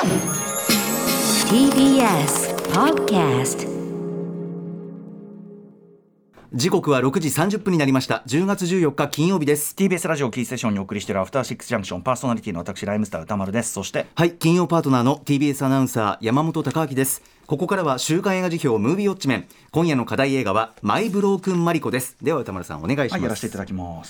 TBS Podcast。 時刻は6時30分になりました。10月14日金曜日です。 TBS ラジオキーステーションにお送りしているアフターシックスジャンクション、パーソナリティの私ライムスター歌丸です。そして金曜パートナーの TBS アナウンサー山本貴明です。ここからは週刊映画辞表ムービーウォッチメン。今夜の課題映画はマイブロークンマリコです。では歌丸さんお願いします。 やらせていただきます。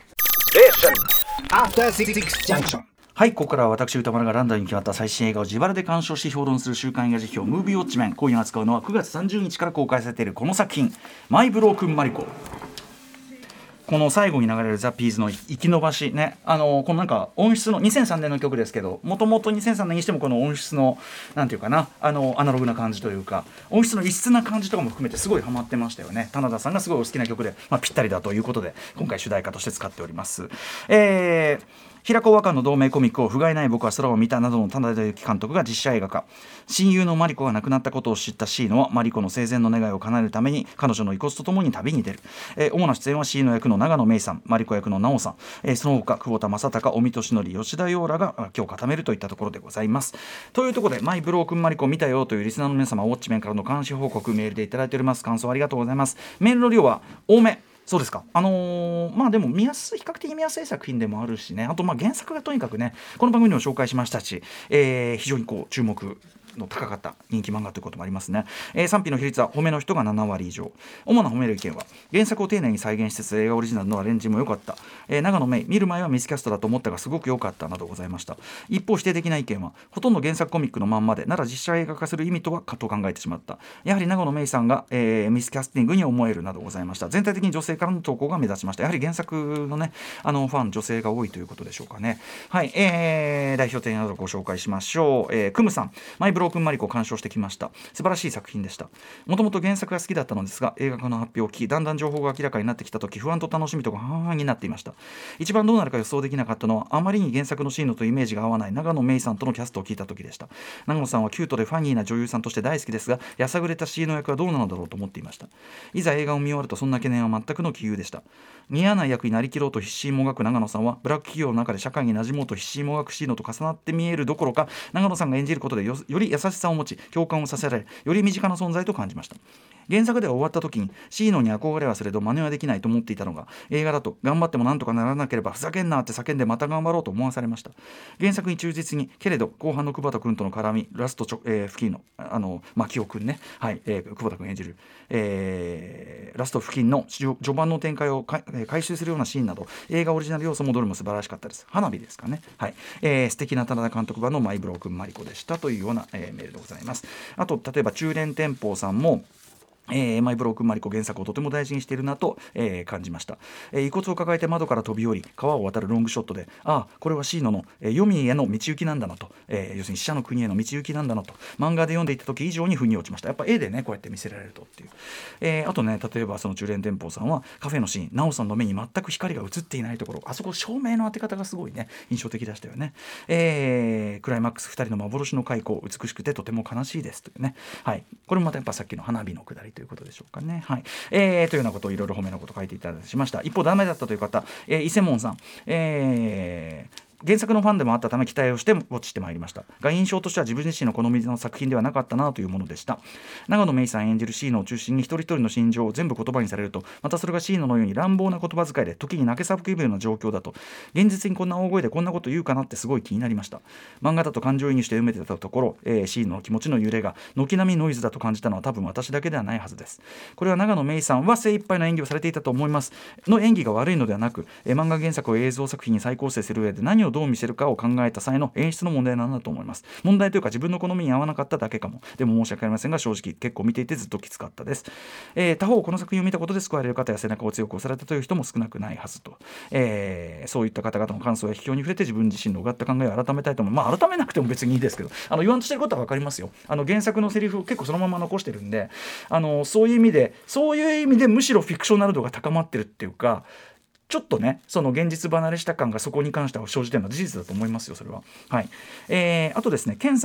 アフターシックスジャンクション。 ここからは私歌丸がランダムに決まった最新映画を自腹で鑑賞し評論する週刊映画辞表ムービーウォッチメン。今夜扱うのは9月30日から公開されているこの作品、マイブロークンマリコ。この最後に流れるザ・ピーズの生き延ばしね、このなんか音質の2003年の曲ですけど、もともと2003年にしてもこの音質のなんていうかな、アナログな感じというか音質の異質な感じとかも含めてすごいハマってましたよね。棚田さんがすごいお好きな曲で、ぴったりだということで今回主題歌として使っております。平子和歌の同名コミックを不甲斐ない僕は空を見たなどの棚田幸監督が実写映画化。親友のマリコが亡くなったことを知ったシーノはマリコの生前の願いを叶えるために彼女の遺骨とともに旅に出る。主な出演はシーノ役の長野芽郁さん、マリコ役の奈緒さん、その他久保田正孝、尾身俊則、吉田羊らが今日固めるといったところでございます。というところでマイブロークンマリコ見たよというリスナーの皆様、ウォッチメンからの監視報告メールでいただいております。感想ありがとうございます。メールの量は多め。そうですか。でも比較的見やすい作品でもあるしね。あと原作がとにかくね、この番組でも紹介しましたし、非常に注目の高かった人気漫画ということもありますね。賛否の比率は褒めの人が7割以上。主な褒める意見は、原作を丁寧に再現しつつ映画オリジナルのアレンジも良かった、長野芽郁見る前はミスキャストだと思ったがすごく良かったなどございました。一方否定的な意見は、ほとんど原作コミックのまんまでなら実写映画化する意味とはと考えてしまった、やはり長野芽郁さんが、ミスキャスティングに思えるなどございました。全体的に女性からの投稿が目立ちました。やはり原作のねファン女性が多いということでしょうかね。代表点などをご紹介しましょう。クムさん、マイブロークンマリコを鑑賞してきました。素晴らしい作品でした。もともと原作が好きだったのですが、映画化の発表を聞きだんだん情報が明らかになってきたとき、不安と楽しみとが半々になっていました。一番どうなるか予想できなかったのは、あまりに原作のシーンとイメージが合わない長野芽郁さんとのキャストを聞いたときでした。長野さんはキュートでファニーな女優さんとして大好きですが、やさぐれたシーノ役はどうなのだろうと思っていました。いざ映画を見終わるとそんな懸念は全くの杞憂でした。似合わない役になりきろうと必死にもがく長野さんは、ブラック企業の中で社会に馴染もうと必死にもがくシーノと重なって見えるどころか、長野さんが演じることで より優しさを持ち共感をさせられ、より身近な存在と感じました。原作では終わった時にシーノに憧れはすれど真似はできないと思っていたのが、映画だと頑張ってもなんとかならなければふざけんなって叫んでまた頑張ろうと思わされました。原作に忠実に、けれど後半の久保田君との絡み、ラスト付近の牧雄君ね、久保田君演じる、ラスト付近の序盤の展開を回収するようなシーンなど、映画オリジナル要素もどれも素晴らしかったです。花火ですかね。素敵な棚田監督版のマイブロークンマリコでしたというような、メールでございます。あと例えば中連天宝さんも、マイブロークンマリコ原作をとても大事にしているなと、感じました。遺骨を抱えて窓から飛び降り川を渡るロングショットで、これはシーノの、黄泉への道行きなんだなと、要するに死者の国への道行きなんだなと漫画で読んでいた時以上に腑に落ちました。やっぱ絵でねこうやって見せられるとっていう、あとね、例えばその中連天宝さんはカフェのシーン、奈緒さんの目に全く光が映っていないところ、あそこ照明の当て方がすごいね印象的でしたよね。クライマックス2人の幻の開口、美しくてとても悲しいですというね。これもまたやっぱさっきの花火のくだりということでしょうかね。というようなことをいろいろ褒めのことを書いていただきました。一方ダメだったという方、伊勢門さん、原作のファンでもあったため期待をしてウォッチしてまいりましたが、印象としては自分自身の好みの作品ではなかったなというものでした。長野芽郁さん演じるシーノを中心に一人一人の心情を全部言葉にされると、またそれがシーノのように乱暴な言葉遣いで時に泣けさぶくような状況だと、現実にこんな大声でこんなこと言うかなってすごい気になりました。漫画だと感情移入して読めてたところ、シーノの気持ちの揺れが軒並みノイズだと感じたのは多分私だけではないはずです。これは長野芽郁さんは精一杯の演技をされていたと思いますの演技が悪いのではなく、漫画原作を映像作品に再構成する上で何をどう見せるかを考えた際の演出の問題なんだと思います。問題というか自分の好みに合わなかっただけかも。でも申し訳ありませんが、正直結構見ていてずっときつかったです。他方この作品を見たことで救われる方や背中を強く押されたという人も少なくないはずと、そういった方々の感想や批評に触れて自分自身のうがった考えを改めたいと思います。改めなくても別にいいですけど、言わんとしてることは分かりますよ。原作のセリフを結構そのまま残してるんで、そういう意味でむしろフィクショナル度が高まってるっていうか、ちょっとねその現実離れした感がそこに関しては生じているのは事実だと思いますよ、それは。あとですね、ケンさん、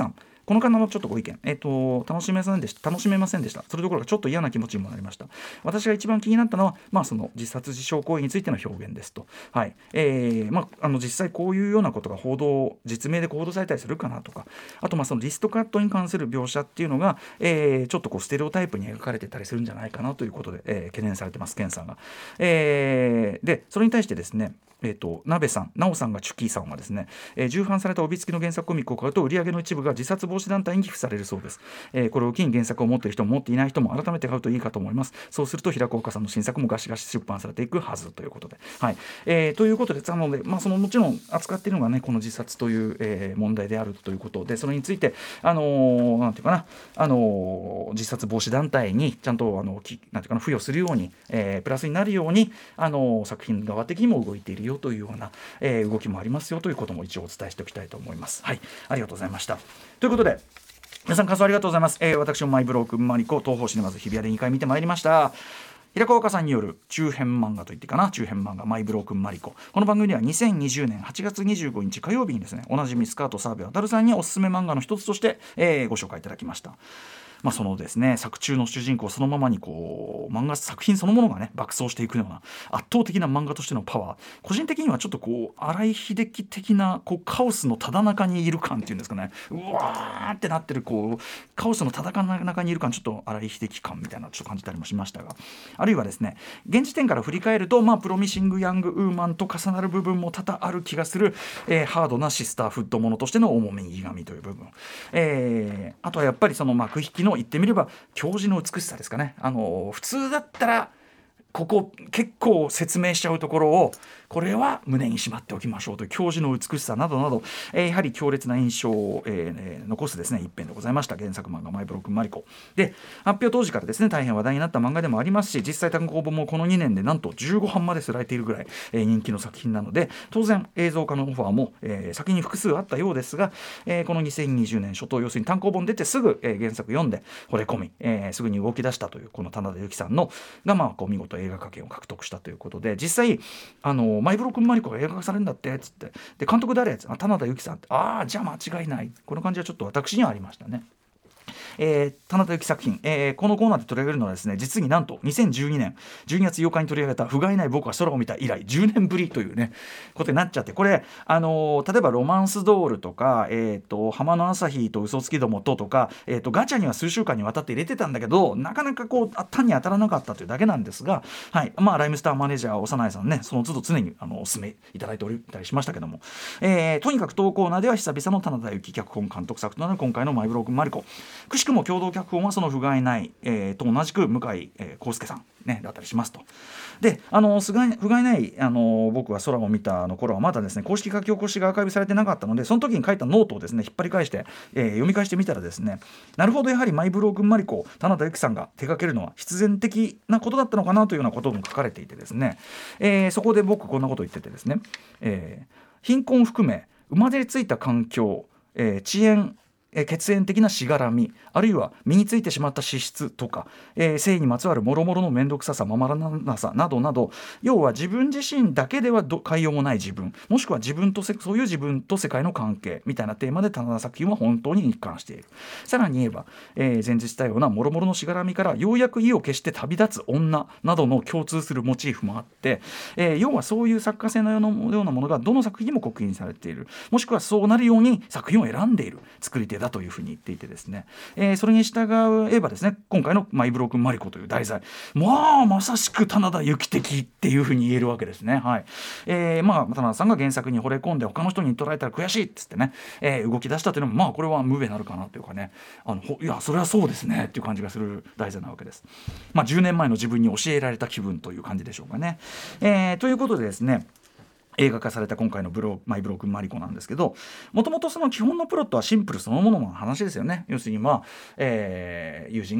この方のちょっとご意見、楽しめませんでした。それどころかちょっと嫌な気持ちにもなりました。私が一番気になったのは、その自殺自傷行為についての表現ですと、実際こういうようなことが実名で報道されたりするかなとか、あとそのリストカットに関する描写っていうのが、ちょっとステレオタイプに描かれてたりするんじゃないかなということで、懸念されてます、ケンさんが。でそれに対してですね、鍋さん、なおさんがチュキーさんはですね、重版された帯付きの原作コミックを買うと売り上げの一部が自殺防止団体に寄付されるそうです。これを機に原作を持っている人も持っていない人も改めて買うといいかと思います。そうすると平子岡さんの新作もガシガシ出版されていくはずということで、ということで、そのもちろん扱っているのがねこの自殺という、問題であるということで、それについてなんていうかな、自殺防止団体にちゃんとなんていうかな付与するように、プラスになるように作品側的にも動いているよというような、動きもありますよということも一応お伝えしておきたいと思います。はい、ありがとうございました。ということで皆さん感想ありがとうございます。私もマイブロークマリコ東宝シネマズ日比谷で2回見てまいりました。平子岡さんによる中編漫画といってかな、中編漫画マイブロークンマリコ。この番組では2020年8月25日火曜日にですね、おなじみスカート澤部渉さんにおすすめ漫画の一つとして、ご紹介いただきました。そのですね、作中の主人公そのままに漫画作品そのものがね爆走していくような圧倒的な漫画としてのパワー、個人的にはちょっと荒井秀樹的なカオスのただ中にいる感っていうんですかね、うわーってなってるカオスのただ中にいる感、ちょっと荒井秀樹感みたいなちょっと感じたりもしましたが、あるいはですね現時点から振り返るとプロミシングヤングウーマンと重なる部分も多々ある気がする、ハードなシスターフッドものとしての重み苦みという部分、あとはやっぱりその幕引きの言ってみれば教授の美しさですかね。普通だったらここ結構説明しちゃうところをこれは胸にしまっておきましょうという教授の美しさなどなど、やはり強烈な印象を、残すですね一編でございました。原作漫画マイブロークンマリコで、発表当時からですね大変話題になった漫画でもありますし、実際単行本もこの2年でなんと15版まで刷られているぐらい、人気の作品なので、当然映像化のオファーも、先に複数あったようですが、この2020年初頭、要するに単行本出てすぐ、原作読んで惚れ込み、すぐに動き出したというこの棚田由紀さんのが見事映画化権を獲得したということで、実際マイブロークンマリコが映画化されるんだってっつって、で監督誰？棚田由紀さんって、じゃあ間違いない、この感じはちょっと私にはありましたね。棚田由紀作品、このコーナーで取り上げるのはですね、実になんと2012年12月8日に取り上げた不甲斐ない僕は空を見た以来10年ぶりというねことになっちゃって、これ例えばロマンスドールとか、浜の朝日と嘘つきどもとか、ガチャには数週間にわたって入れてたんだけど、なかなか単に当たらなかったというだけなんですが、ライムスターマネージャー幼いさんね、その都度常にお勧めいただいておりたりしましたけども、とにかく当コーナーでは久々の棚田由紀脚本監督作となる今回のマイブロークンマリコ、くしくも共同脚本はその不甲斐ない、と同じく向井康介さん、ね、だったりしますと。で不甲斐ない、僕は空を見た頃はまだですね公式書き起こしがアーカイブされてなかったので、その時に書いたノートをですね引っ張り返して、読み返してみたらですね、なるほどやはりマイブロークンマリコ棚田由紀さんが手掛けるのは必然的なことだったのかなというようなことも書かれていてですね、そこで僕こんなことを言っててですね、貧困含め生まれついた環境、遅延血縁的なしがらみ、あるいは身についてしまった資質とか、性にまつわる諸々の面倒くささままらなさなどなど、要は自分自身だけでは変えようもない自分、もしくはそういう自分と世界の関係みたいなテーマで棚田作品は本当に一貫している。さらに言えば、前日したような諸々のしがらみからようやく意を決して旅立つ女などの共通するモチーフもあって、要はそういう作家性のようなものがどの作品にも刻印されている、もしくはそうなるように作品を選んでいる作り手だというふうに言っていてですね、それに従えばですね、今回のマイブロークンマリコという題材、まさしく棚田由紀的っていうふうに言えるわけですね。はい。棚田さんが原作に惚れ込んで他の人に捉えたら悔しいっつってね、動き出したというのもこれは無べなるかなというかね、いやそれはそうですねっていう感じがする題材なわけです。10年前の自分に教えられた気分という感じでしょうかね。ということでですね、映画化された今回のマイブロークンマリコなんですけど、もともとその基本のプロットはシンプルそのものの話ですよね。要するに友人が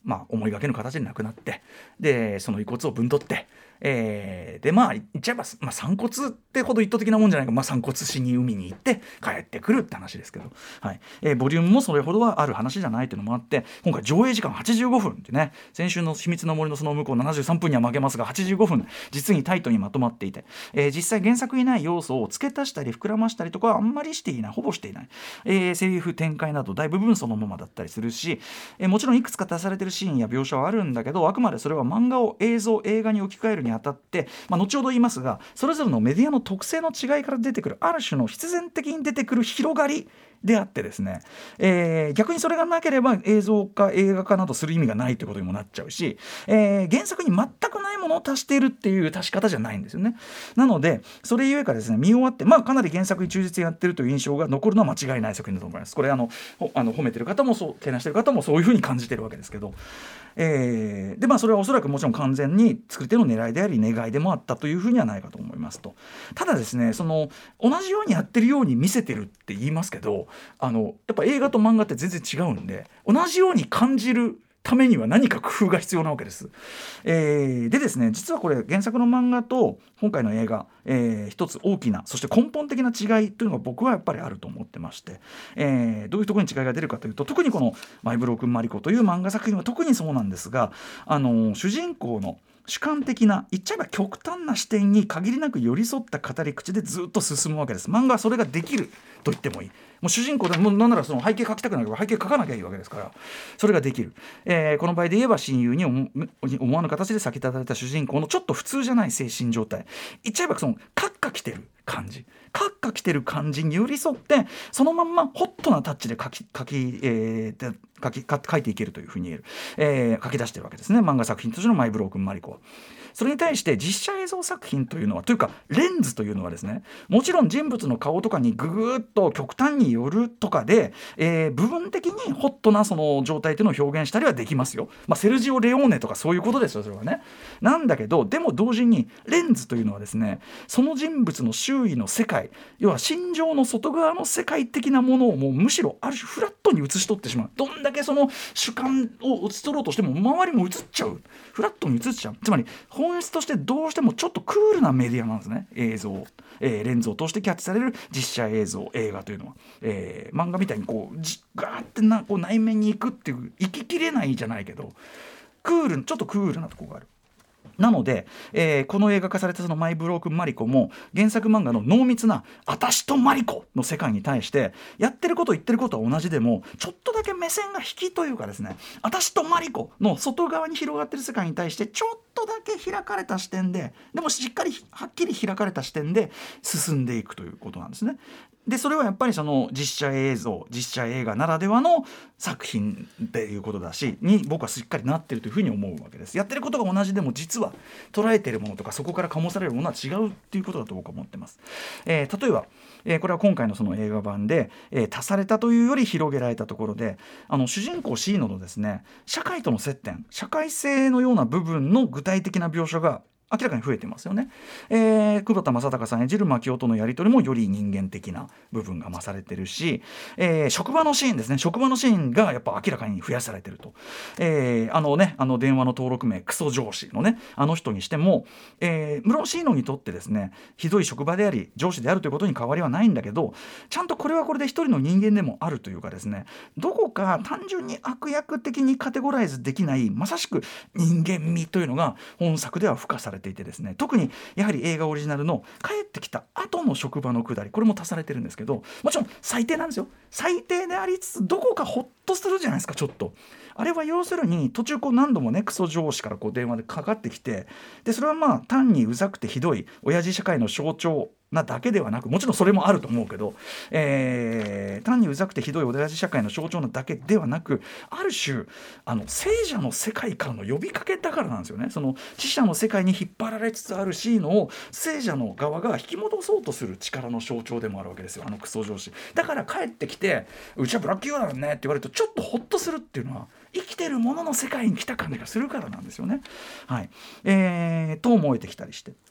思いがけの形で亡くなって、でその遺骨を分取って、で言っちゃえば、散骨ってほど一等的なもんじゃないか、散骨しに海に行って帰ってくるって話ですけど、ボリュームもそれほどはある話じゃないっていうのもあって、今回上映時間85分ってね、先週の秘密の森のその向こう73分には負けますが85分実にタイトにまとまっていて、実際原作にない要素を付け足したり膨らましたりとかはあんまりしていない、ほぼしていない、セリフ展開など大部分そのままだったりするし、もちろんいくつか足されてるシーンや描写はあるんだけど、あくまでそれは漫画を映画に置き換えるにあたって、後ほど言いますが、それぞれのメディアの特性の違いから出てくるある種の必然的に出てくる広がりであってですね、逆にそれがなければ映像化映画化などする意味がないということにもなっちゃうし、原作に全くないものを足しているっていう足し方じゃないんですよね。なのでそれゆえかですね、見終わってかなり原作に忠実にやってるという印象が残るのは間違いない作品だと思います。これ褒めてる方もけなしてる方もそういうふうに感じてるわけですけど、でそれはおそらくもちろん完全に作り手の狙いであり願いでもあったというふうにはないかと思いますと。ただですね、同じようにやってるように見せてるって言いますけど、やっぱ映画と漫画って全然違うんで、同じように感じるためには何か工夫が必要なわけです。でですね、実はこれ原作の漫画と今回の映画、一つ大きなそして根本的な違いというのが僕はやっぱりあると思ってまして、どういうところに違いが出るかというと、特にこのマイブロークンマリコという漫画作品は特にそうなんですが、主人公の主観的な、言っちゃえば極端な視点に限りなく寄り添った語り口でずっと進むわけです。漫画はそれができると言ってもいい。もう主人公でもなんならその背景描きたくなければ背景描かなきゃいいわけですから、それができる。この場合で言えば親友に思わぬ形で先立たれた主人公のちょっと普通じゃない精神状態、言っちゃえばそのカッカきてる感じ、カッカきてる感じに寄り添ってそのまんまホットなタッチで書いていけるというふうに言える、書き出してるわけですね、漫画作品としてのマイブロークンマリコは。それに対して実写映像作品というのは、というかレンズというのはですね、もちろん人物の顔とかにググッと極端に寄るとかで、部分的にホットなその状態というのを表現したりはできますよ。セルジオ・レオーネとかそういうことですよ、それはね。なんだけど、でも同時にレンズというのはですね、その人物の周囲の世界、要は心情の外側の世界的なものをもうむしろある種フラットに映し取ってしまう。どんだけその主観を映し取ろうとしても周りも映っちゃう、フラットに映っちゃう。つまり本質としてどうしてもちょっとクールなメディアなんですね、映像、レンズを通してキャッチされる実写映像映画というのは、漫画みたいにガーってこう内面に行くっていう行ききれないじゃないけど、ちょっとクールなところがある。なので、この映画化されたそのマイブロークンマリコも原作漫画の濃密なあたしとマリコの世界に対してやってること言ってることは同じでも、ちょっとだけ目線が引きというかですね、あたしとマリコの外側に広がってる世界に対してちょっとだけ開かれた視点で、でもしっかりはっきり開かれた視点で進んでいくということなんですね。でそれはやっぱりその実写映像実写映画ならではの作品っていうことだしに僕はしっかりなってるというふうに思うわけです。やってることが同じでも実は捉えているものとかそこから醸されるものは違うっていうことだと僕は思ってます。例えば、これは今回のその映画版で、足されたというより広げられたところで、主人公シーノのですね、社会との接点、社会性のような部分の具体的な描写が明らかに増えてますよね。久保田正孝さん演じる牧雄とのやり取りもより人間的な部分が増されてるし、職場のシーンですね、職場のシーンがやっぱ明らかに増やされてると、電話の登録名クソ上司のね、あの人にしても、無論シーノにとってですねひどい職場であり上司であるということに変わりはないんだけど、ちゃんとこれはこれで一人の人間でもあるというかですね、どこか単純に悪役的にカテゴライズできないまさしく人間味というのが本作では付加されていてですね、特にやはり映画オリジナルの帰ってきた後の職場のくだり、これも足されてるんですけど、もちろん最低なんですよ。最低でありつつどこかホッとするじゃないですか。ちょっとあれは要するに途中何度もねクソ上司から電話でかかってきて、でそれは単にうざくてひどい親父社会の象徴なだけではなく、もちろんそれもあると思うけど、単にうざくてひどい親父社会の象徴なだけではなく、ある種聖者の世界からの呼びかけだからなんですよね。その死者の世界に引っ張られつつあるシーノを聖者の側が引き戻そうとする力の象徴でもあるわけですよ、クソ上司だから。帰ってきてうちはブラックユーだねって言われるとちょっとホッとするっていうのは生きてるものの世界に来た感じがするからなんですよね。はい、と思えてきたりして、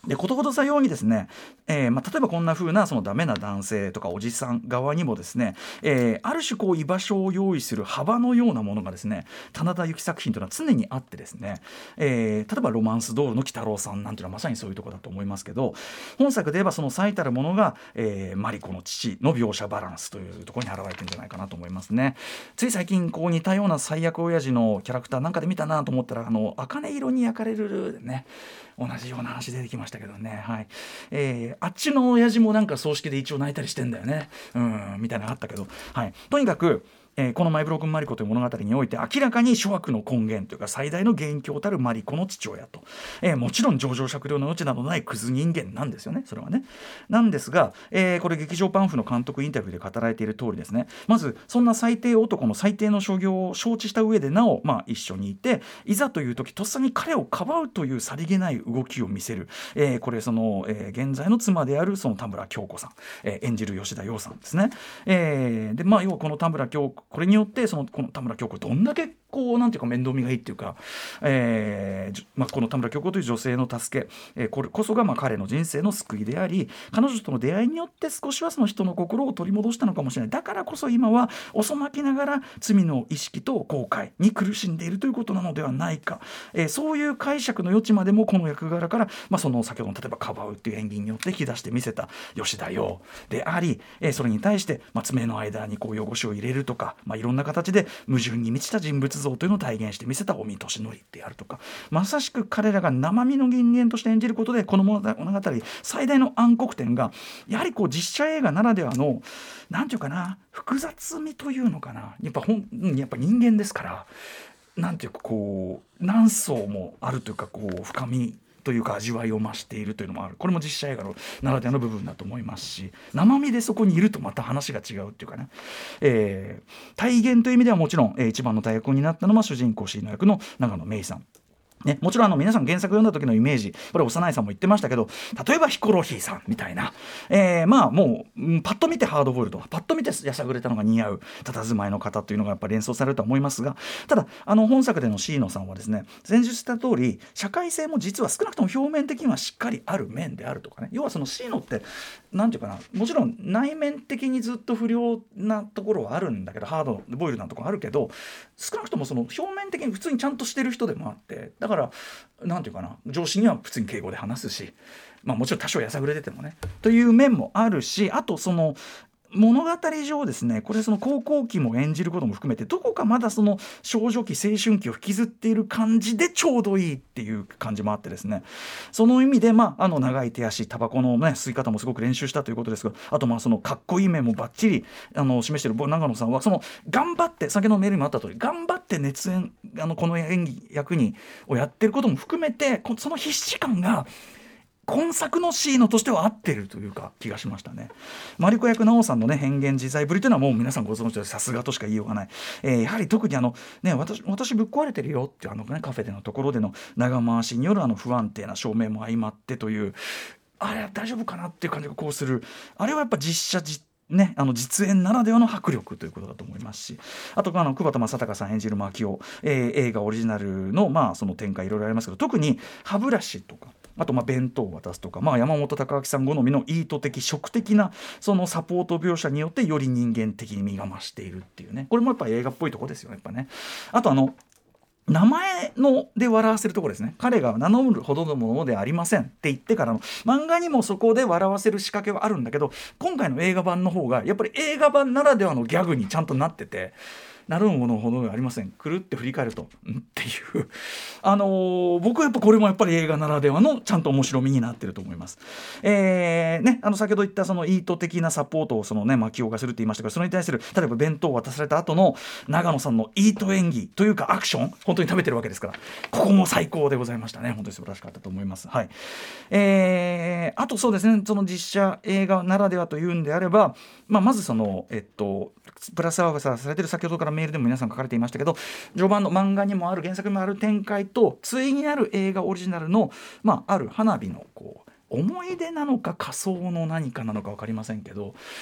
でことほどさようにですね、例えばこんな風なそのダメな男性とかおじさん側にもですね、ある種こう居場所を用意する幅のようなものがですね棚田由紀作品というのは常にあってですね、例えばロマンスドールの鬼太郎さんなんていうのはまさにそういうところだと思いますけど、本作で言えばその最たるものが、マリコの父の描写バランスというところに現れてるんじゃないかなと思いますね。つい最近こう似たような最悪親父のキャラクターなんかで見たなと思ったら茜色に焼かれるね同じような話出てきましたけどね、はい。あっちの親父もなんか葬式で一応泣いたりしてんだよね、みたいなのがあったけど、はい、とにかくこのマイブロークンマリコという物語において明らかに諸悪の根源というか最大の元凶たるマリコの父親と、もちろん情状酌量の余地などないクズ人間なんですよね、それはね。なんですが、これ劇場パンフの監督インタビューで語られている通りですね、まずそんな最低男の最低の所業を承知した上でなお、一緒にいていざという時とっさに彼をかばうというさりげない動きを見せる、これその、現在の妻であるその田村京子さん、演じる吉田羊さんですね。で要はこの田村京子これによってこの田村京子どんだけこうなんていうか面倒見がいいっていうか、この田村京子という女性の助け、これこそが彼の人生の救いであり、彼女との出会いによって少しはその人の心を取り戻したのかもしれない。だからこそ今は遅まきながら罪の意識と後悔に苦しんでいるということなのではないか、そういう解釈の余地までもこの役柄から、その先ほどの例えばかばうっていう演技によって引き出してみせた吉田羊であり、それに対して、爪の間にこう汚しを入れるとか、いろんな形で矛盾に満ちた人物像というのを体現してみせた尾身俊則であるとか、まさしく彼らが生身の人間として演じることでこの物語最大の暗黒点がやはりこう実写映画ならではのなんていうかな複雑味というのかな、やっぱ人間ですからなんていうかこう何層もあるというかこう深みというか味わいを増しているというのもある。これも実写映画のならではの部分だと思いますし、生身でそこにいるとまた話が違うっていうかね、体現という意味ではもちろん、一番の大役になったのは主人公 C の役の永野芽郁さんね、もちろん皆さん原作読んだ時のイメージ、これ幼いさんも言ってましたけど、例えばヒコロヒーさんみたいな、もうパッと見てハードボイルド、パッと見てやさぐれたのが似合う佇まいの方というのがやっぱり連想されるとは思いますが、ただ本作での椎野さんはですね、前述した通り社会性も実は少なくとも表面的にはしっかりある面であるとかね、要はその椎野ってなんていうかな、もちろん内面的にずっと不良なところはあるんだけど、ハードボイルドなところあるけど、少なくともその表面的に普通にちゃんとしてる人でもあって、だからなんていうかな、上司には普通に敬語で話すし、もちろん多少やさぐれててもねという面もあるし、あとその物語上ですね、これその高校期も演じることも含めてどこかまだその少女期青春期を引きずっている感じでちょうどいいっていう感じもあってですね、その意味で長い手足、タバコのね吸い方もすごく練習したということですが、あとそのかっこいい面もバッチリ示している長野さんは、その頑張って先ほどのメールにもあった通り頑張って熱演この演技役をやってることも含めて、その必死感が今作のシーノとしては合ってるというか気がしましたね。マリコ役直さんのね変幻自在ぶりというのはもう皆さんご存知でさすがとしか言いようがない、やはり特に私ぶっ壊れてるよっていうカフェでのところでの長回しによる不安定な照明も相まってという、あれは大丈夫かなっていう感じがこうする、あれはやっぱ実実演ならではの迫力ということだと思いますし、あと久保田正孝さん演じる牧雄、映画オリジナルのその展開いろいろありますけど、特に歯ブラシとかあと弁当を渡すとか、山本隆明さん好みのイート的食的なそのサポート描写によってより人間的に身が増しているっていうね、これもやっぱり映画っぽいとこですよね、やっぱね。あと名前で笑わせるところですね。彼が名乗るほどのものではありませんって言ってからの漫画にもそこで笑わせる仕掛けはあるんだけど、今回の映画版の方がやっぱり映画版ならではのギャグにちゃんとなってて、なるものほどではありません、くるって振り返るとっていう僕はやっぱこれもやっぱり映画ならではのちゃんと面白みになってると思います。先ほど言ったそのイート的なサポートを牧雄がするって言いましたけど、それに対する例えば弁当を渡された後の長野さんのイート演技というかアクション、本当に食べてるわけですから、ここも最高でございましたね。本当に素晴らしかったと思います。はい。あとそうですね、その実写映画ならではというんであれば、まずそのプラスアルファされてる先ほどからメールでも皆さん書かれていましたけど、序盤の漫画にもある原作にもある展開と対になる映画オリジナルの、ある花火の思い出なのか仮想の何かなのか分かりませんけど、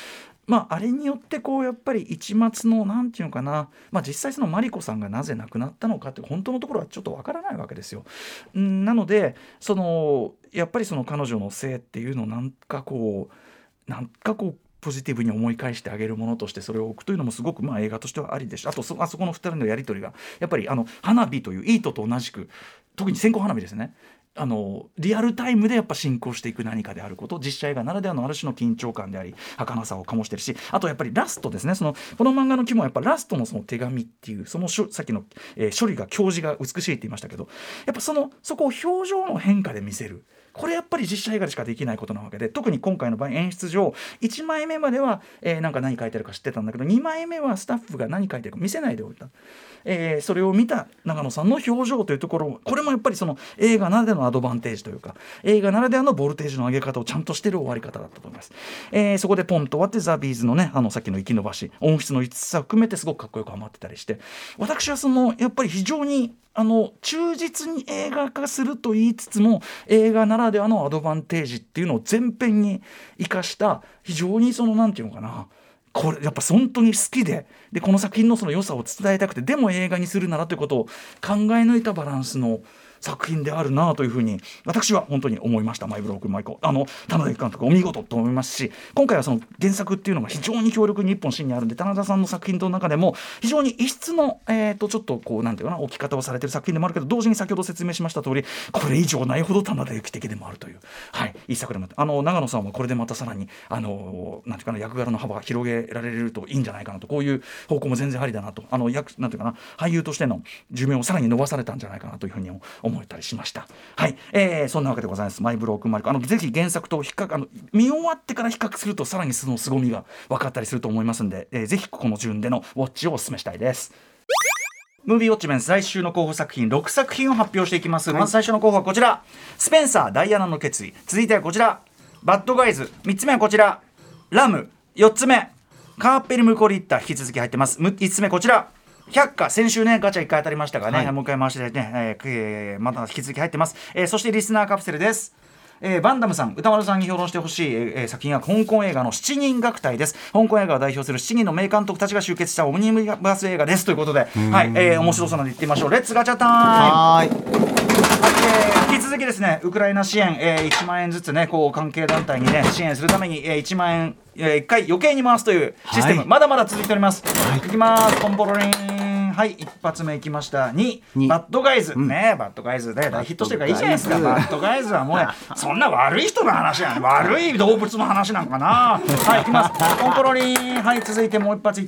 あれによってこうやっぱり一末のなんていうのかな、実際そのマリコさんがなぜ亡くなったのかって本当のところはちょっとわからないわけですよ。なのでやっぱりその彼女の性っていうのをなんかこうポジティブに思い返してあげるものとしてそれを置くというのもすごく映画としてはありでした。あとあそこの2人のやり取りがやっぱり花火というイートと同じく、特に線香花火ですね、リアルタイムでやっぱ進行していく何かであること、実写映画ならではのある種の緊張感であり儚さを醸してるし、あとやっぱりラストですね、この漫画の肝はやっぱラストのその手紙っていうさっきの、処理が教示が美しいって言いましたけど、やっぱそこを表情の変化で見せる、これやっぱり実写映画でしかできないことなわけで、特に今回の場合演出上1枚目までは、なんか何書いてあるか知ってたんだけど、2枚目はスタッフが何書いてるか見せないでおいた、それを見た長野さんの表情というところ、これもやっぱりその映画ならではのアドバンテージというか、映画ならではのボルテージの上げ方をちゃんとしてる終わり方だったと思います。そこでポンと終わってザ・ビーズのね、さっきの生き延ばし音質の5つさを含めてすごくかっこよくはまってたりして、私はやっぱり非常に忠実に映画化すると言いつつも映画ならではのアドバンテージっていうのを前編に生かした非常になんていうのかな、これやっぱ本当に好きでこの作品のその良さを伝えたくて、でも映画にするならということを考え抜いたバランスの作品であるなというふうに私は本当に思いました。マイブロークンマリコ、田辺監督お見事と思いますし、今回はその原作っていうのが非常に強力に一本芯にあるんで、田中さんの作品の中でも非常に異質の、ちょっとこうなんていうかな置き方をされている作品でもあるけど、同時に先ほど説明しました通りこれ以上ないほど田中幸的でもあるという、一作でも長野さんはこれでまたさらになんていうかな役柄の幅が広げられるといいんじゃないかなと、こういう方向も全然ありだなと、なんていうかな俳優としての寿命をさらに伸ばされたんじゃないかなというふうに思ったりしました。そんなわけでございます。マイブロークンマリコ、ぜひ原作と見終わってから比較するとさらにその凄みが分かったりすると思いますので、ぜひこの順でのウォッチをお勧めしたいです。ムービーウォッチメン最終の候補作品6作品を発表していきます。まず最初の候補はこちら、スペンサーダイアナの決意、続いてはこちらバッドガイズ、3つ目はこちらラム、4つ目カーペルムコリッタ、引き続き入ってます。5つ目こちら百花、先週ねガチャ1回当たりましたがね、もう一回回してね、まだ引き続き入ってます。そしてリスナーカプセルです。バンダムさん、歌丸さんに評論してほしい、作品は香港映画の7人楽隊です。香港映画を代表する7人の名監督たちが集結したオムニバス映画ですということで、面白そうなので言ってみましょう。レッツガチャタイム。引き続きですね、ウクライナ支援、1万円ずつねこう関係団体にね支援するために、1万円、1回余計に回すというシステム、まだまだ続いております。いきます。ポンポロリン、一発目いきました。2バッドガイズね、バッドガイズで大ヒットしてるからいいじゃないですか。バッドガイズはもうねそんな悪い人の話やん、悪い動物の話なんかな。いきます。ポンポロリン、続いてもう一発いった。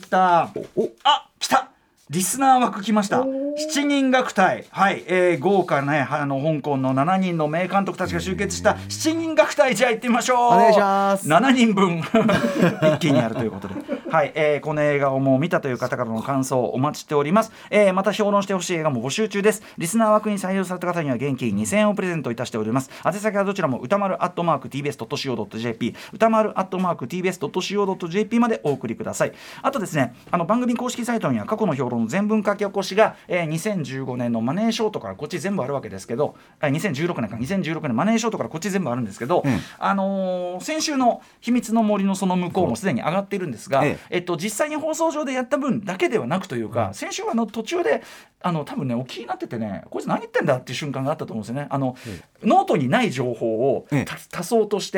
来た、リスナー枠来ました。7人楽隊、豪華ね香港の7人の名監督たちが集結した7人楽隊、じゃあ行ってみましょう。お願いします。 7人分一気にやるということで、この映画をもう見たという方からの感想をお待ちしております。また評論してほしい映画も募集中です。リスナー枠に採用された方には現金2000円をプレゼントいたしております。宛先はどちらも歌丸@tbs.co.jp 歌丸@tbs.co.jp までお送りください。あとですね、番組公式サイトには過去の評論の全文書き起こしが、2015年のマネーショートからこっち全部あるわけですけど、2016年マネーショートからこっち全部あるんですけど、先週の秘密の森のその向こうもすでに上がっているんですが、実際に放送上でやった分だけではなくというか、先週は途中で多分ねお気になっててね、こいつ何言ってんだっていう瞬間があったと思うんですよね。ノートにない情報を足そうとして、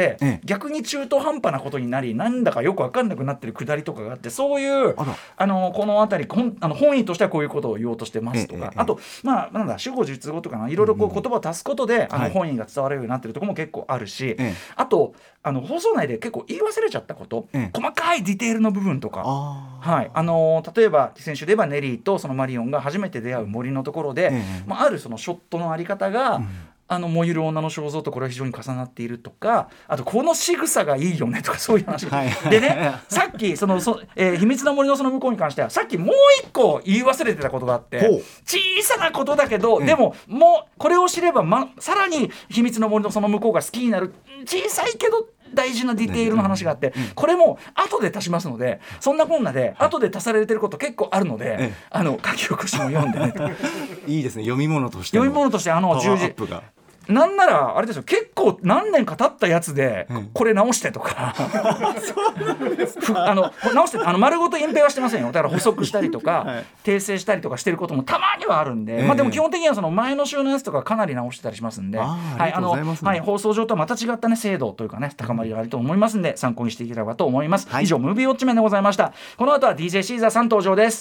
逆に中途半端なことになり、なんだかよく分かんなくなってるくだりとかがあって、そういうこの辺り本意としてはこういうことを言おうとしてますとか、あとなんだ主語述語とかいろいろ言葉を足すことで本意が伝わるようになってるところも結構あるし、あと放送内で結構言い忘れちゃったこと、細かいディテールの部分とか、例えば先週で言えばネリーとそのマリオンが初めて出会う森のところで、あるそのショットのあり方が、燃ゆる女の肖像とこれは非常に重なっているとか、あとこの仕草がいいよねとか、そういう話、でね、さっき秘密の森のその向こうに関してはさっきもう一個言い忘れてたことがあって、小さなことだけど、でももうこれを知れば、さらに秘密の森のその向こうが好きになる小さいけど大事なディテールの話があって、これも後で足しますので、そんなこんなで後で足されてること結構あるので、書き起こしも読んでねいいですね、読み物として 10時なんならあれですよ、結構何年か経ったやつで、これ直してとか直して丸ごと隠蔽はしてませんよ。だから補足したりとか、訂正したりとかしてることもたまにはあるんで、でも基本的にはその前の週のやつとかかなり直してたりしますんで、放送上とはまた違ったね精度というかね高まりがあると思いますんで、参考にしていければと思います。以上ムービーウォッチメンでございました。この後は DJ シーザーさん登場です。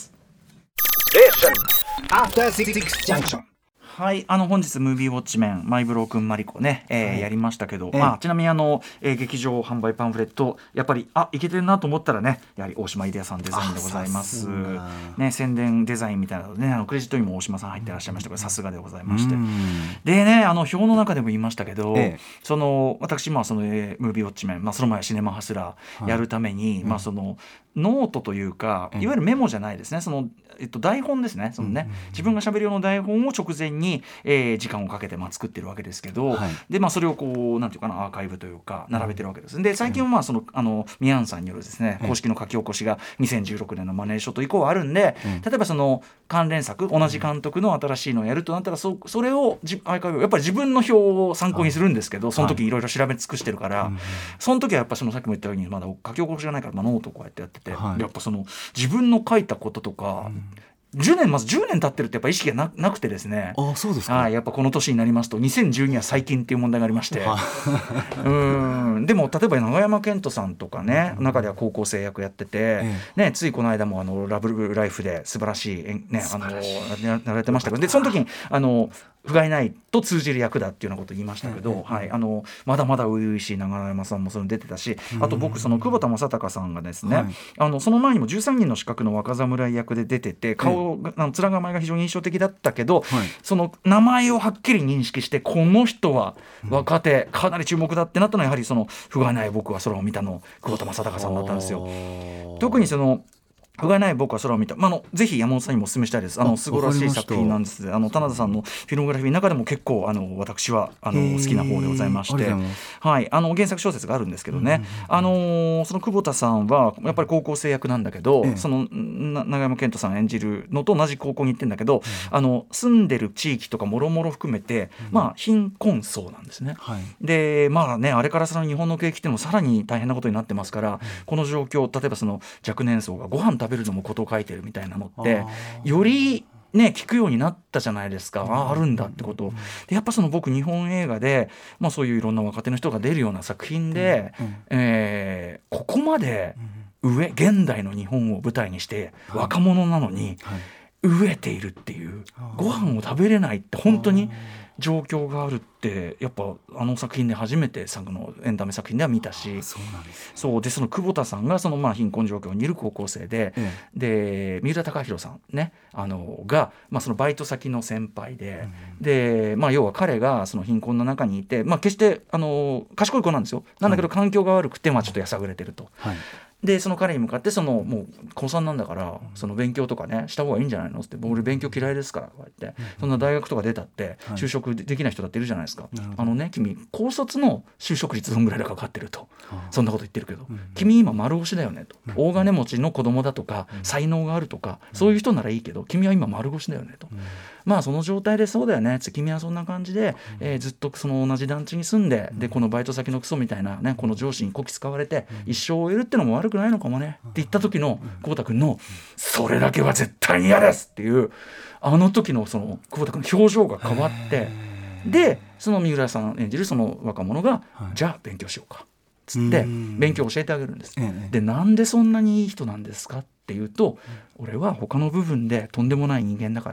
はい、本日ムービーウォッチメンマイブロー君マリコね、やりましたけど、ちなみに劇場販売パンフレットやっぱりいけてるなと思ったらね、やはり大島イデアさんデザインでございます。ね、宣伝デザインみたいなのね、クレジットにも大島さん入ってらっしゃいましたけど、さすがでございまして、でね、表の中でも言いましたけど、その私その、ムービーウォッチメン、その前シネマハスラーやるために、そのノートというか、いわゆるメモじゃないですね、その台本ですね、そのね、自分が喋るような台本を直前に、時間をかけて作ってるわけですけど、でそれをこうなんていうかな、アーカイブというか並べてるわけです。で最近はそのミヤンさんによるですね、公式の書き起こしが2016年のマネーショット以降あるんで、例えばその関連作、同じ監督の新しいのをやるとなったら、それをアーカイブをやっぱり自分の表を参考にするんですけど、その時いろいろ調べ尽くしてるから、その時はやっぱそのさっきも言ったようにまだ書き起こしがないから、ノートをこうやってやってて、やっぱその自分の書いたこととか、まず10年経ってるってやっぱ意識が なくてですね。 そうですか。 やっぱこの年になりますと2012は最近っていう問題がありまして、でも例えば永山絢斗さんとかね、中では高校生役やってて、ついこの間もラブライフで素晴らしいやられてましたけど、でその時に不甲斐ないと通じる役だっていうようなことを言いましたけど、まだまだ初々しい永山さんもその出てたし、あと僕その久保田正孝さんがですね、その前にも13人の資格の若侍役で出てて、顔面構えが非常に印象的だったけど、その名前をはっきり認識して、この人は若手かなり注目だってなったのは、やはりその不甲斐ない僕は空を見たの久保田正孝さんだったんですよ。特にその不甲斐ない僕は空を見た、ぜひ山本さんにもお勧めしたいです。素晴らしい作品なんです。棚田さんのフィルモグラフィーの中でも結構私は好きな方でございまして、原作小説があるんですけどね、その久保田さんはやっぱり高校生役なんだけど、その永山絢斗さん演じるのと同じ高校に行ってんだけど、住んでる地域とかもろもろ含めて、貧困層なんですね。であれからその日本の景気っていうのもさらに大変なことになってますから、この状況、例えばその若年層がご飯食べるのもことを書いてるみたいなのってより聞くようになったじゃないですか。あるんだってことで、やっぱその僕日本映画で、そういういろんな若手の人が出るような作品で、ここまで現代の日本を舞台にして若者なのに飢えているっていう、ご飯を食べれないって本当に状況があるって、やっぱ作品で初めてのエンタメ作品では見たし、そうでその久保田さんがその貧困状況にいる高校生で、で三浦貴大さんね、が、そのバイト先の先輩で、要は彼がその貧困の中にいて、決して賢い子なんですよ。なんだけど環境が悪くてちょっとやさぐれてると。でその彼に向かって、もう高3なんだからその勉強とかねした方がいいんじゃないのって、俺勉強嫌いですからとか言って、そんな大学とか出たって就職できない人だっているじゃないですか。君高卒の就職率どんぐらいでかかってると、そんなこと言ってるけど、君今丸押しだよねと、大金持ちの子供だとか才能があるとかそういう人ならいいけど、君は今丸腰だよねと。その状態でそうだよね、君はそんな感じで、ずっとその同じ団地に住んで、でこのバイト先のクソみたいなね、この上司にこき使われて一生を終えるってのも悪くないのかもねって言った時の久保田君のそれだけは絶対に嫌ですっていう時のその久保田君の表情が変わって、でその三浦さん演じるその若者が、じゃあ勉強しようかつって勉強を教えてあげるんです。でなんでそんなにいい人なんですかっていうと、俺は他の部分でとんでもない人間だから、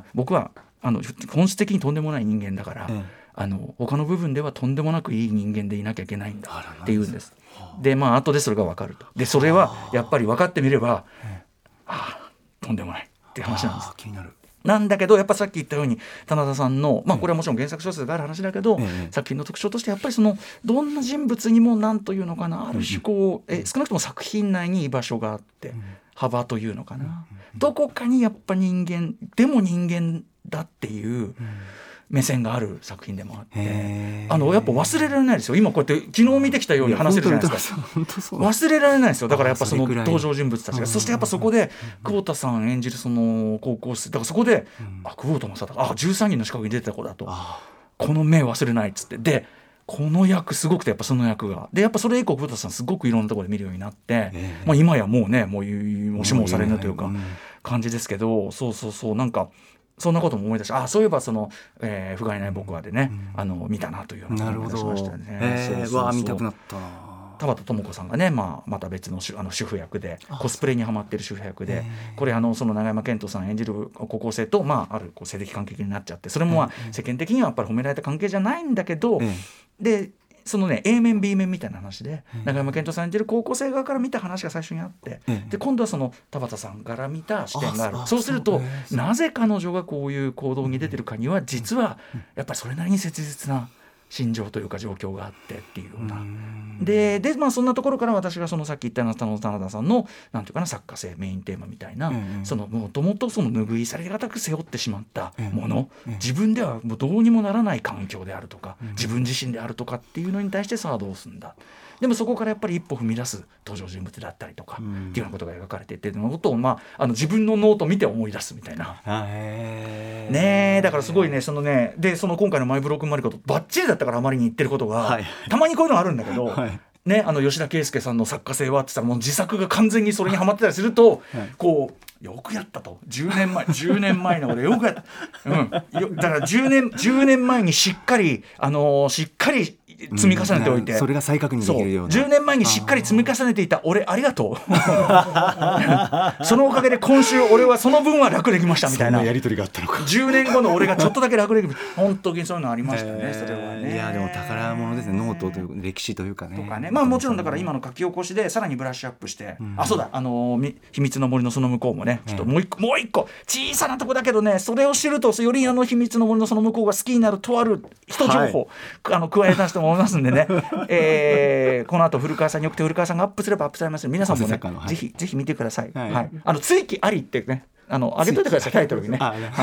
僕は本質的にとんでもない人間だから、他の部分ではとんでもなくいい人間でいなきゃいけないんだって言うんです。で後でそれが分かると。でそれはやっぱり分かってみれば、とんでもないっていう話なんです。 気になる。 なんだけどやっぱさっき言ったように棚田さんの、これはもちろん原作小説がある話だけど、作品の特徴としてやっぱりそのどんな人物にも何というのかな、ある種こう、少なくとも作品内に居場所があって、幅というのかな、どこかにやっぱ人間でも人間だっていう目線がある作品でもあって、やっぱ忘れられないですよ。今こうやって昨日見てきたように話せるじゃないですか。忘れられないですよ。だからやっぱその登場人物たちが、そしてやっぱそこで久保田さん演じるその高校生だから、そこで久保田正孝13人の資格に出てた子だと、 この目忘れないっつって、でこの役すごくて、やっぱその役がでやっぱそれ以降久保田さんすごくいろんなところで見るようになって、今やもうねもう押しも押されぬというか感じですけど、そうなんかそんなことも思い出して、そういえばその、不甲斐ない僕はでね、見たなというような思い出しましたね。 わあ見たくなったな。 田畑智子さんがね、また別の主婦役でコスプレにはまってる主婦役で、これその永山絢斗さん演じる高校生と、ある性的関係になっちゃって、それも世間的にはやっぱり褒められた関係じゃないんだけど、でそのね A 面 B 面みたいな話で、永山絢斗さん演じる高校生側から見た話が最初にあって、で今度はその田畑さんから見た視点がある。そうするとなぜ彼女がこういう行動に出てるかには、実はやっぱりそれなりに切実な心情というか状況があってっていうようなで、そんなところから私がそのさっき言ったような田畑さんのなんていうかな作家性メインテーマみたいな、そのもともとその拭い去りがたく背負ってしまったもの、自分ではもうどうにもならない環境であるとか、自分自身であるとかっていうのに対してさあどうすんだ、でもそこからやっぱり一歩踏み出す登場人物だったりとか、っていうようなことが描かれていて、のことを自分のノートを見て思い出すみたいなね。だからすごいね、そのねでその今回のマイブロークンマリコとバッチリだったから、あまりに言ってることが、たまにこういうのあるんだけど、ね、吉田圭佑さんの作家性はって言ったらもう自作が完全にそれにはまってたりすると、こうよくやったと、10年前の俺よくやった、だから10年前にしっかり積み重ねておいて、 それが再確認できるような、 10年前にしっかり積み重ねていた俺ありがとうそのおかげで今週俺はその分は楽できましたみたいな、 そんなやり取りがあったのか。 10年後の俺がちょっとだけ楽できる本当にそういうのありましたね。それはね、 いやでも宝物ですね、ノートという歴史というかね。 とかね、もちろんだから今の書き起こしでさらにブラッシュアップして、そうだ秘密の森のその向こうもね、ちょっともう一個小さなとこだけどね、それを知るとより秘密の森のその向こうが好きになるとある一情報、加え出して思いますんでねこの後古川さんに送って古川さんがアップすればアップされますので、皆さんもね、ぜひ見てください。追記ありってね、あげといてください、タイトルにね。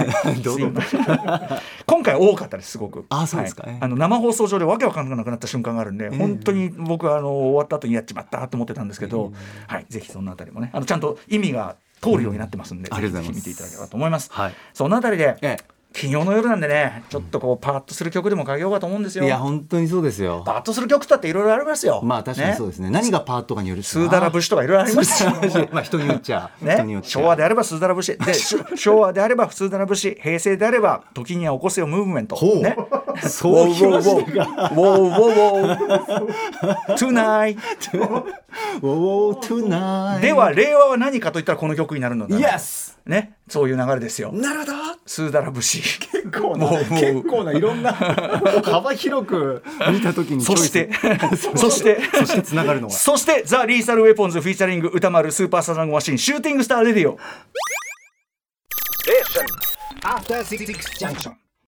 今回多かったです、すごく。 そうですか。 生放送上でわけわかんなくなった瞬間があるんで、本当に僕は終わった後にやっちまったと思ってたんですけど、ぜひそのあたりもね、ちゃんと意味が通るようになってますんで、ぜひ見ていただければと思います。そのあたりで金曜の夜なんでね、ちょっとこうパーッとする曲でもかけようかと思うんですよ。 いや本当にそうですよ。 パーッとする曲だっていろいろありますよ。 確かにそうですね。何がパーッとかによるスーダラ節とかいろいろありますよ人によっちゃ、 昭和であればスーダラ節で昭和であればスーダラ節、平成であれば時には起こせよムーブメントね。 そういう話が Tonight では令和は何かといったらこの曲になるのだね。そういう流れですよ。 なるほど。 スーダラ節結構ないろんな幅広く見たときにそしてつながるのはそしてザ・リーサル・ウェポンズフィーチャリング歌丸スーパーサザンゴマシンシューティングスターレディオ。 After 66 junction.